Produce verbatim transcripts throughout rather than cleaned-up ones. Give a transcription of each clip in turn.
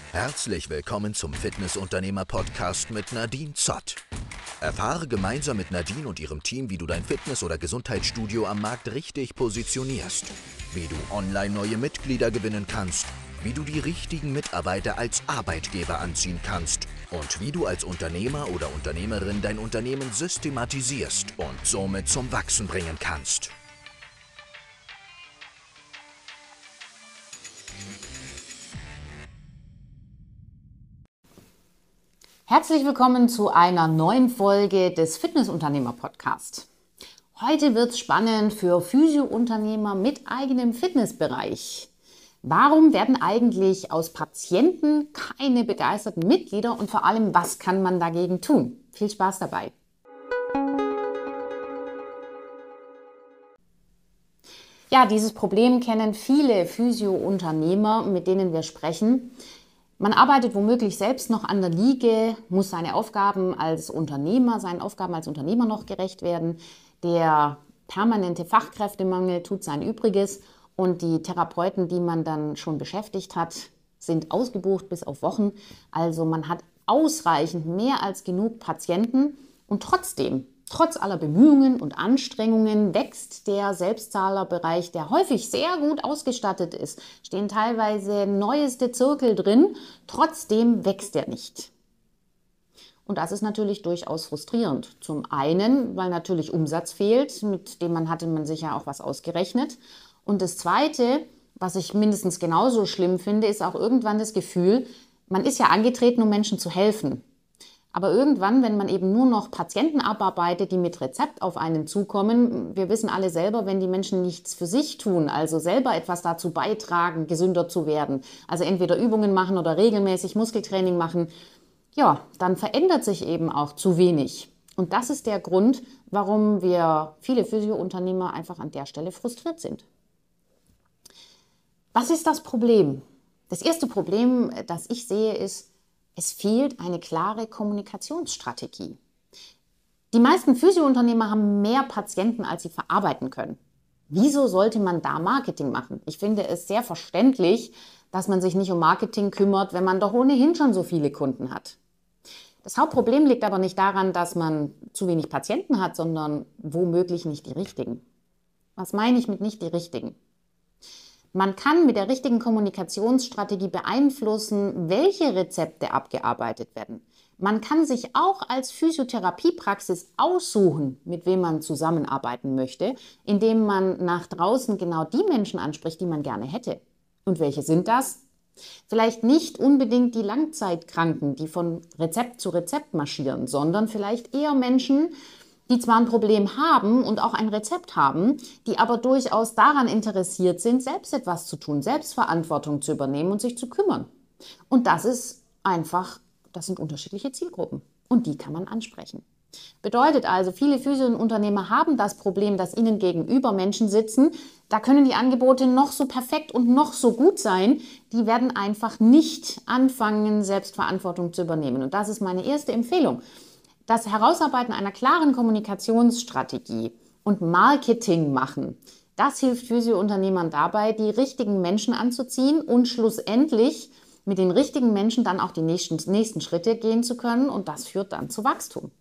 Herzlich willkommen zum Fitnessunternehmer-Podcast mit Nadine Zott. Erfahre gemeinsam mit Nadine und ihrem Team, wie du dein Fitness- oder Gesundheitsstudio am Markt richtig positionierst, wie du online neue Mitglieder gewinnen kannst, wie du die richtigen Mitarbeiter als Arbeitgeber anziehen kannst und wie du als Unternehmer oder Unternehmerin dein Unternehmen systematisierst und somit zum Wachsen bringen kannst. Herzlich willkommen zu einer neuen Folge des Fitnessunternehmer-Podcast. Heute wird es spannend für Physio-Unternehmer mit eigenem Fitnessbereich. Warum werden eigentlich aus Patienten keine begeisterten Mitglieder und vor allem, was kann man dagegen tun? Viel Spaß dabei! Ja, dieses Problem kennen viele Physio-Unternehmer, mit denen wir sprechen. Man arbeitet womöglich selbst noch an der Liege, muss seine Aufgaben als Unternehmer, seinen Aufgaben als Unternehmer noch gerecht werden. Der permanente Fachkräftemangel tut sein Übriges und die Therapeuten, die man dann schon beschäftigt hat, sind ausgebucht bis auf Wochen. Also man hat ausreichend mehr als genug Patienten und trotzdem, trotz aller Bemühungen und Anstrengungen wächst der Selbstzahlerbereich, der häufig sehr gut ausgestattet ist. Stehen teilweise neueste Zirkel drin, trotzdem wächst er nicht. Und das ist natürlich durchaus frustrierend. Zum einen, weil natürlich Umsatz fehlt, mit dem man hatte man sich ja auch was ausgerechnet. Und das Zweite, was ich mindestens genauso schlimm finde, ist auch irgendwann das Gefühl, man ist ja angetreten, um Menschen zu helfen. Aber irgendwann, wenn man eben nur noch Patienten abarbeitet, die mit Rezept auf einen zukommen, wir wissen alle selber, wenn die Menschen nichts für sich tun, also selber etwas dazu beitragen, gesünder zu werden, also entweder Übungen machen oder regelmäßig Muskeltraining machen, ja, dann verändert sich eben auch zu wenig. Und das ist der Grund, warum wir viele Physio-Unternehmer einfach an der Stelle frustriert sind. Was ist das Problem? Das erste Problem, das ich sehe, ist, es fehlt eine klare Kommunikationsstrategie. Die meisten Physio-Unternehmer haben mehr Patienten, als sie verarbeiten können. Wieso sollte man da Marketing machen? Ich finde es sehr verständlich, dass man sich nicht um Marketing kümmert, wenn man doch ohnehin schon so viele Kunden hat. Das Hauptproblem liegt aber nicht daran, dass man zu wenig Patienten hat, sondern womöglich nicht die richtigen. Was meine ich mit nicht die richtigen? Man kann mit der richtigen Kommunikationsstrategie beeinflussen, welche Rezepte abgearbeitet werden. Man kann sich auch als Physiotherapiepraxis aussuchen, mit wem man zusammenarbeiten möchte, indem man nach draußen genau die Menschen anspricht, die man gerne hätte. Und welche sind das? Vielleicht nicht unbedingt die Langzeitkranken, die von Rezept zu Rezept marschieren, sondern vielleicht eher Menschen, die zwar ein Problem haben und auch ein Rezept haben, die aber durchaus daran interessiert sind, selbst etwas zu tun, Selbstverantwortung zu übernehmen und sich zu kümmern. Und das ist einfach, das sind unterschiedliche Zielgruppen und die kann man ansprechen. Bedeutet also, viele Physio-Unternehmer haben das Problem, dass ihnen gegenüber Menschen sitzen, da können die Angebote noch so perfekt und noch so gut sein, die werden einfach nicht anfangen, Selbstverantwortung zu übernehmen. Und das ist meine erste Empfehlung. Das Herausarbeiten einer klaren Kommunikationsstrategie und Marketing machen, das hilft Physio-Unternehmern dabei, die richtigen Menschen anzuziehen und schlussendlich mit den richtigen Menschen dann auch die nächsten, nächsten Schritte gehen zu können und das führt dann zu Wachstum.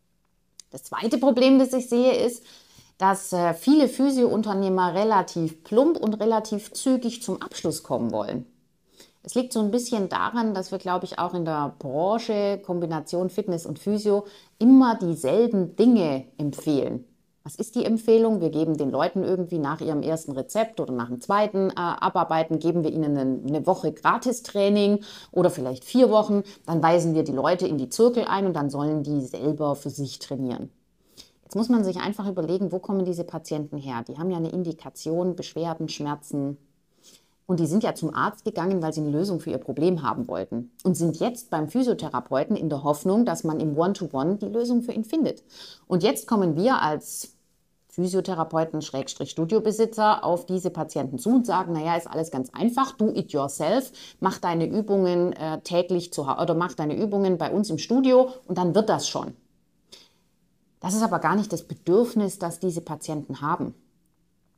Das zweite Problem, das ich sehe, ist, dass viele Physio-Unternehmer relativ plump und relativ zügig zum Abschluss kommen wollen. Es liegt so ein bisschen daran, dass wir, glaube ich, auch in der Branche Kombination Fitness und Physio immer dieselben Dinge empfehlen. Was ist die Empfehlung? Wir geben den Leuten irgendwie nach ihrem ersten Rezept oder nach dem zweiten äh, Abarbeiten, geben wir ihnen eine, eine Woche Gratistraining oder vielleicht vier Wochen. Dann weisen wir die Leute in die Zirkel ein und dann sollen die selber für sich trainieren. Jetzt muss man sich einfach überlegen, wo kommen diese Patienten her? Die haben ja eine Indikation, Beschwerden, Schmerzen. Und die sind ja zum Arzt gegangen, weil sie eine Lösung für ihr Problem haben wollten. Und sind jetzt beim Physiotherapeuten in der Hoffnung, dass man im One-to-One die Lösung für ihn findet. Und jetzt kommen wir als Physiotherapeuten, Schrägstrich Studiobesitzer, auf diese Patienten zu und sagen, naja, ist alles ganz einfach, do it yourself, mach deine Übungen äh, täglich zu Hause oder mach deine Übungen bei uns im Studio und dann wird das schon. Das ist aber gar nicht das Bedürfnis, das diese Patienten haben.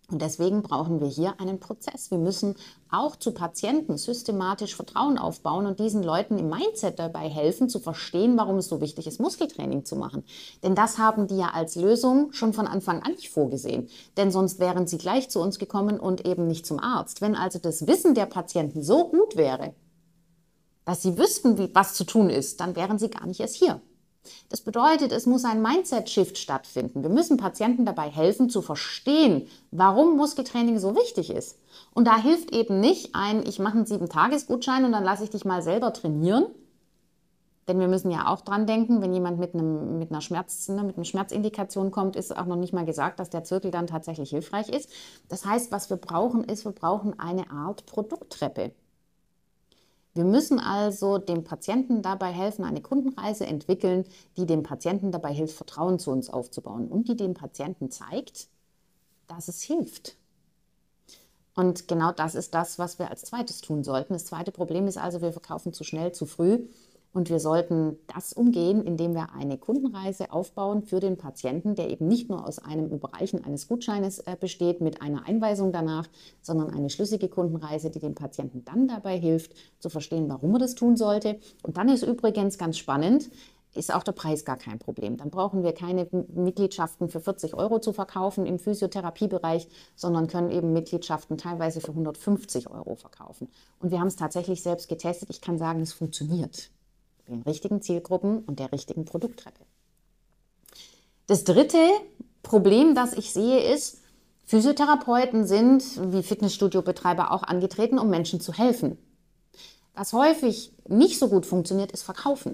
Und deswegen brauchen wir hier einen Prozess. Wir müssen auch zu Patienten systematisch Vertrauen aufbauen und diesen Leuten im Mindset dabei helfen, zu verstehen, warum es so wichtig ist, Muskeltraining zu machen. Denn das haben die ja als Lösung schon von Anfang an nicht vorgesehen. Denn sonst wären sie gleich zu uns gekommen und eben nicht zum Arzt. Wenn also das Wissen der Patienten so gut wäre, dass sie wüssten, wie, was zu tun ist, dann wären sie gar nicht erst hier. Das bedeutet, es muss ein Mindset-Shift stattfinden. Wir müssen Patienten dabei helfen, zu verstehen, warum Muskeltraining so wichtig ist. Und da hilft eben nicht ein, ich mache einen sieben-Tages-Gutschein und dann lasse ich dich mal selber trainieren. Denn wir müssen ja auch dran denken, wenn jemand mit, einem, mit einer Schmerz, ne, mit einer Schmerzindikation kommt, ist auch noch nicht mal gesagt, dass der Zirkel dann tatsächlich hilfreich ist. Das heißt, was wir brauchen, ist, wir brauchen eine Art Produkttreppe. Wir müssen also dem Patienten dabei helfen, eine Kundenreise entwickeln, die dem Patienten dabei hilft, Vertrauen zu uns aufzubauen und die dem Patienten zeigt, dass es hilft. Und genau das ist das, was wir als zweites tun sollten. Das zweite Problem ist also, wir verkaufen zu schnell, zu früh. Und wir sollten das umgehen, indem wir eine Kundenreise aufbauen für den Patienten, der eben nicht nur aus einem Überreichen eines Gutscheines äh, besteht mit einer Einweisung danach, sondern eine schlüssige Kundenreise, die dem Patienten dann dabei hilft, zu verstehen, warum er das tun sollte. Und dann ist übrigens ganz spannend, ist auch der Preis gar kein Problem. Dann brauchen wir keine Mitgliedschaften für vierzig Euro zu verkaufen im Physiotherapiebereich, sondern können eben Mitgliedschaften teilweise für hundertfünfzig Euro verkaufen. Und wir haben es tatsächlich selbst getestet. Ich kann sagen, es funktioniert. Den richtigen Zielgruppen und der richtigen Produkttreppe. Das dritte Problem, das ich sehe, ist, Physiotherapeuten sind, wie Fitnessstudio-Betreiber auch, angetreten, um Menschen zu helfen. Was häufig nicht so gut funktioniert, ist Verkaufen.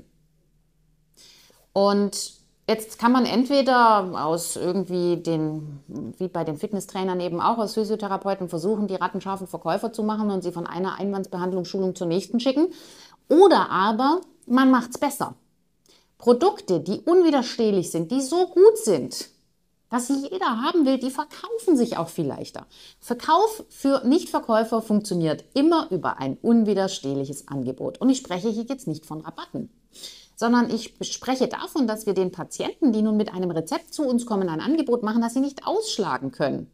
Und jetzt kann man entweder aus irgendwie den, wie bei den Fitnesstrainern eben auch, aus Physiotherapeuten versuchen, die rattenscharfen Verkäufer zu machen und sie von einer Einwandsbehandlungsschulung zur nächsten schicken. Oder aber man macht es besser. Produkte, die unwiderstehlich sind, die so gut sind, dass sie jeder haben will, die verkaufen sich auch viel leichter. Verkauf für Nichtverkäufer funktioniert immer über ein unwiderstehliches Angebot. Und ich spreche hier jetzt nicht von Rabatten, sondern ich spreche davon, dass wir den Patienten, die nun mit einem Rezept zu uns kommen, ein Angebot machen, das sie nicht ausschlagen können.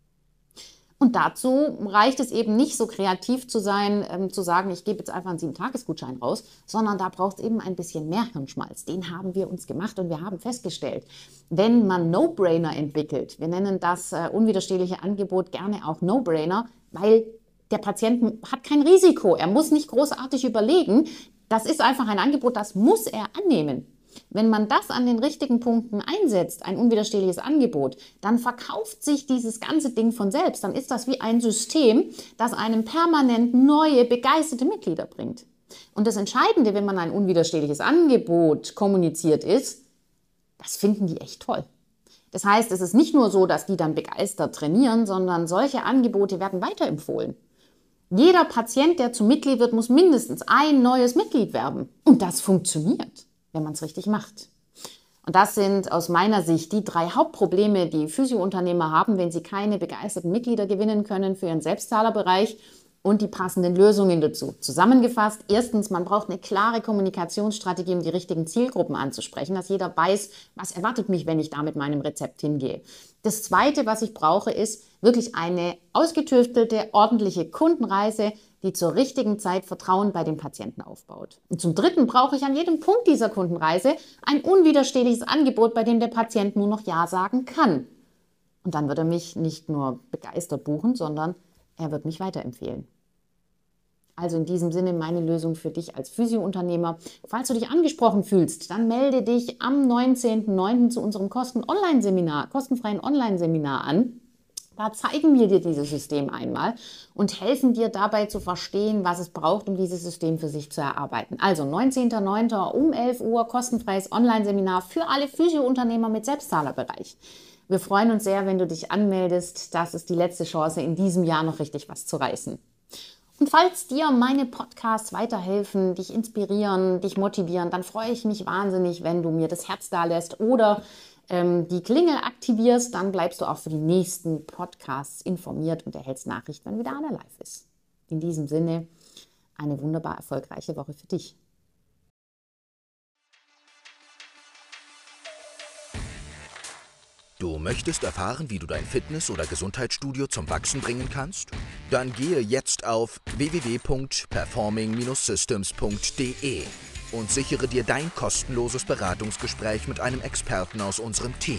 Und dazu reicht es eben nicht, so kreativ zu sein, ähm, zu sagen, ich gebe jetzt einfach einen sieben-Tages-Gutschein raus, sondern da braucht es eben ein bisschen mehr Hirnschmalz. Den haben wir uns gemacht und wir haben festgestellt, wenn man No-Brainer entwickelt, wir nennen das äh, unwiderstehliche Angebot gerne auch No-Brainer, weil der Patient hat kein Risiko, er muss nicht großartig überlegen, das ist einfach ein Angebot, das muss er annehmen. Wenn man das an den richtigen Punkten einsetzt, ein unwiderstehliches Angebot, dann verkauft sich dieses ganze Ding von selbst. Dann ist das wie ein System, das einem permanent neue, begeisterte Mitglieder bringt. Und das Entscheidende, wenn man ein unwiderstehliches Angebot kommuniziert, ist, das finden die echt toll. Das heißt, es ist nicht nur so, dass die dann begeistert trainieren, sondern solche Angebote werden weiterempfohlen. Jeder Patient, der zum Mitglied wird, muss mindestens ein neues Mitglied werben. Und das funktioniert, wenn man es richtig macht. Und das sind aus meiner Sicht die drei Hauptprobleme, die Physio-Unternehmer haben, wenn sie keine begeisterten Mitglieder gewinnen können für ihren Selbstzahlerbereich und die passenden Lösungen dazu. Zusammengefasst, erstens, man braucht eine klare Kommunikationsstrategie, um die richtigen Zielgruppen anzusprechen, dass jeder weiß, was erwartet mich, wenn ich da mit meinem Rezept hingehe. Das Zweite, was ich brauche, ist wirklich eine ausgetüftelte, ordentliche Kundenreise, die zur richtigen Zeit Vertrauen bei den Patienten aufbaut. Und zum Dritten brauche ich an jedem Punkt dieser Kundenreise ein unwiderstehliches Angebot, bei dem der Patient nur noch Ja sagen kann. Und dann wird er mich nicht nur begeistert buchen, sondern er wird mich weiterempfehlen. Also in diesem Sinne meine Lösung für dich als Physio-Unternehmer. Falls du dich angesprochen fühlst, dann melde dich am neunzehnten neunten zu unserem kosten-Online-Seminar, kostenfreien Online-Seminar an. Da zeigen wir dir dieses System einmal und helfen dir dabei zu verstehen, was es braucht, um dieses System für sich zu erarbeiten. Also neunzehnten neunten um elf Uhr kostenfreies Online-Seminar für alle Physio-Unternehmer mit Selbstzahlerbereich. Wir freuen uns sehr, wenn du dich anmeldest. Das ist die letzte Chance, in diesem Jahr noch richtig was zu reißen. Und falls dir meine Podcasts weiterhelfen, dich inspirieren, dich motivieren, dann freue ich mich wahnsinnig, wenn du mir das Herz da lässt oder ähm, die Klingel aktivierst. Dann bleibst du auch für die nächsten Podcasts informiert und erhältst Nachricht, wenn wieder einer live ist. In diesem Sinne, eine wunderbar erfolgreiche Woche für dich. Du möchtest erfahren, wie du dein Fitness- oder Gesundheitsstudio zum Wachsen bringen kannst? Dann gehe jetzt auf w w w punkt performing systems punkt d e und sichere dir dein kostenloses Beratungsgespräch mit einem Experten aus unserem Team.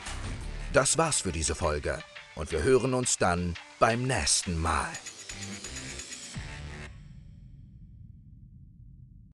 Das war's für diese Folge und wir hören uns dann beim nächsten Mal.